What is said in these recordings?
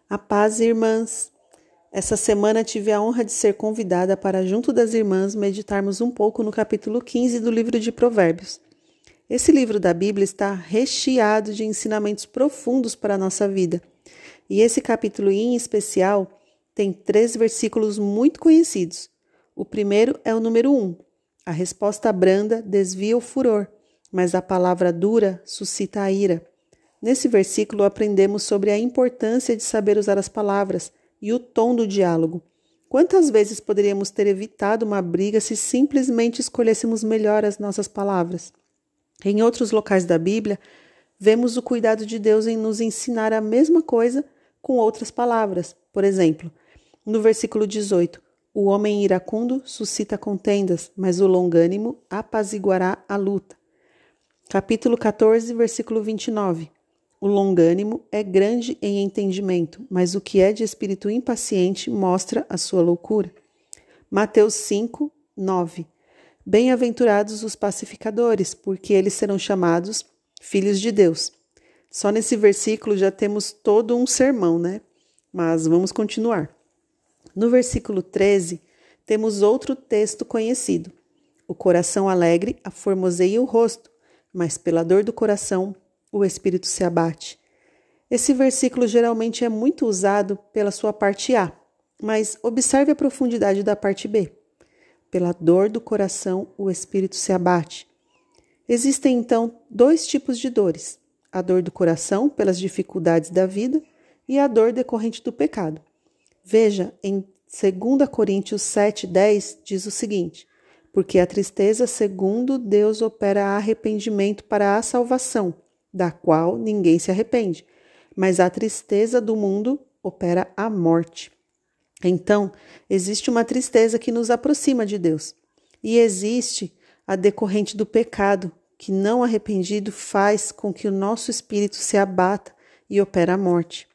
A paz, irmãs! Essa semana tive a honra de ser convidada para, junto das irmãs, meditarmos um pouco no capítulo 15 do livro de Provérbios. Esse livro da Bíblia está recheado de ensinamentos profundos para a nossa vida. E esse capítulo em especial tem 3 versículos muito conhecidos. O primeiro é o número 1. A resposta branda desvia o furor, mas a palavra dura suscita a ira. Nesse versículo aprendemos sobre a importância de saber usar as palavras e o tom do diálogo. Quantas vezes poderíamos ter evitado uma briga se simplesmente escolhêssemos melhor as nossas palavras? Em outros locais da Bíblia, vemos o cuidado de Deus em nos ensinar a mesma coisa com outras palavras. Por exemplo, no versículo 18, o homem iracundo suscita contendas, mas o longânimo apaziguará a luta. Capítulo 14, versículo 29. O longânimo é grande em entendimento, mas o que é de espírito impaciente mostra a sua loucura. Mateus 5, 9. Bem-aventurados os pacificadores, porque eles serão chamados filhos de Deus. Só nesse versículo já temos todo um sermão, né? Mas vamos continuar. No versículo 13, temos outro texto conhecido. O coração alegre aformoseia o rosto, mas pela dor do coração o espírito se abate. Esse versículo geralmente é muito usado pela sua parte A, mas observe a profundidade da parte B. Pela dor do coração o espírito se abate. Existem então 2 tipos de dores: a dor do coração pelas dificuldades da vida e a dor decorrente do pecado. Veja, em 2 Coríntios 7:10 diz o seguinte: porque a tristeza segundo Deus opera arrependimento para a salvação, da qual ninguém se arrepende, mas a tristeza do mundo opera a morte. Então, existe uma tristeza que nos aproxima de Deus, e existe a decorrente do pecado, que não arrependido faz com que o nosso espírito se abata e opera a morte.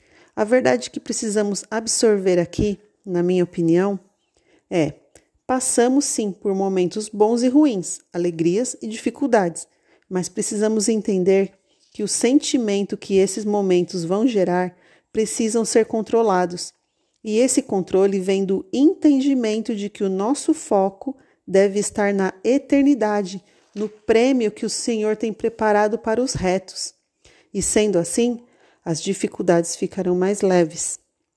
A verdade que precisamos absorver aqui, na minha opinião, é: passamos sim por momentos bons e ruins, alegrias e dificuldades, mas precisamos entender que o sentimento que esses momentos vão gerar precisam ser controlados. E esse controle vem do entendimento de que o nosso foco deve estar na eternidade, no prêmio que o Senhor tem preparado para os retos. E sendo assim, as dificuldades ficarão mais leves.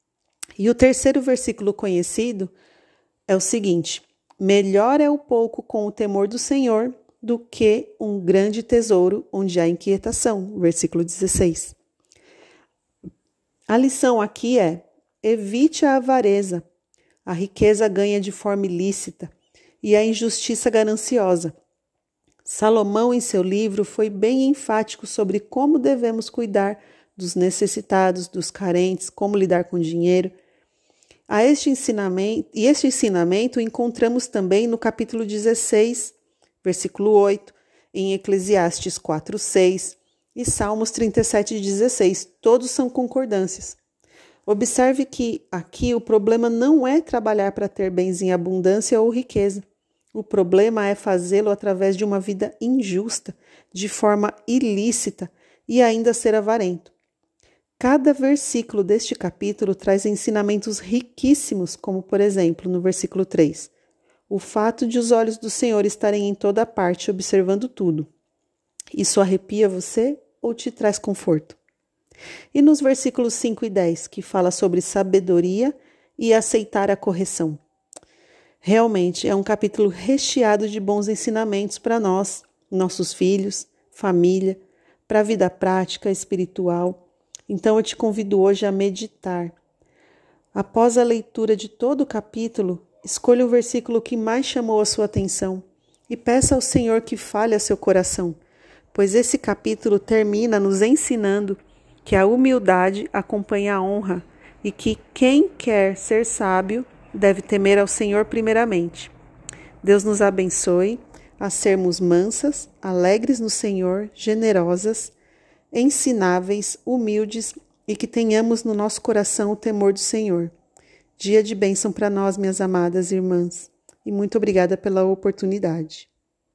E o terceiro versículo conhecido é o seguinte: melhor é o pouco com o temor do Senhor do que um grande tesouro onde há inquietação. Versículo 16. A lição aqui é: evite a avareza. A riqueza ganha de forma ilícita e a injustiça gananciosa. Salomão, em seu livro, foi bem enfático sobre como devemos cuidar dos necessitados, dos carentes, como lidar com o dinheiro. Este ensinamento encontramos também no capítulo 16, versículo 8, em Eclesiastes 4:6 e Salmos 37:16. Todos são concordâncias. Observe que aqui o problema não é trabalhar para ter bens em abundância ou riqueza. O problema é fazê-lo através de uma vida injusta, de forma ilícita e ainda ser avarento. Cada versículo deste capítulo traz ensinamentos riquíssimos, como, por exemplo, no versículo 3, o fato de os olhos do Senhor estarem em toda parte, observando tudo. Isso arrepia você ou te traz conforto? E nos versículos 5 e 10, que fala sobre sabedoria e aceitar a correção. Realmente é um capítulo recheado de bons ensinamentos para nós, nossos filhos, família, para a vida prática, espiritual. Então eu te convido hoje a meditar. Após a leitura de todo o capítulo, escolha o versículo que mais chamou a sua atenção e peça ao Senhor que fale a seu coração, pois esse capítulo termina nos ensinando que a humildade acompanha a honra e que quem quer ser sábio deve temer ao Senhor primeiramente. Deus nos abençoe a sermos mansas, alegres no Senhor, generosas, ensináveis, humildes e que tenhamos no nosso coração o temor do Senhor. Dia de bênção para nós, minhas amadas irmãs, e muito obrigada pela oportunidade.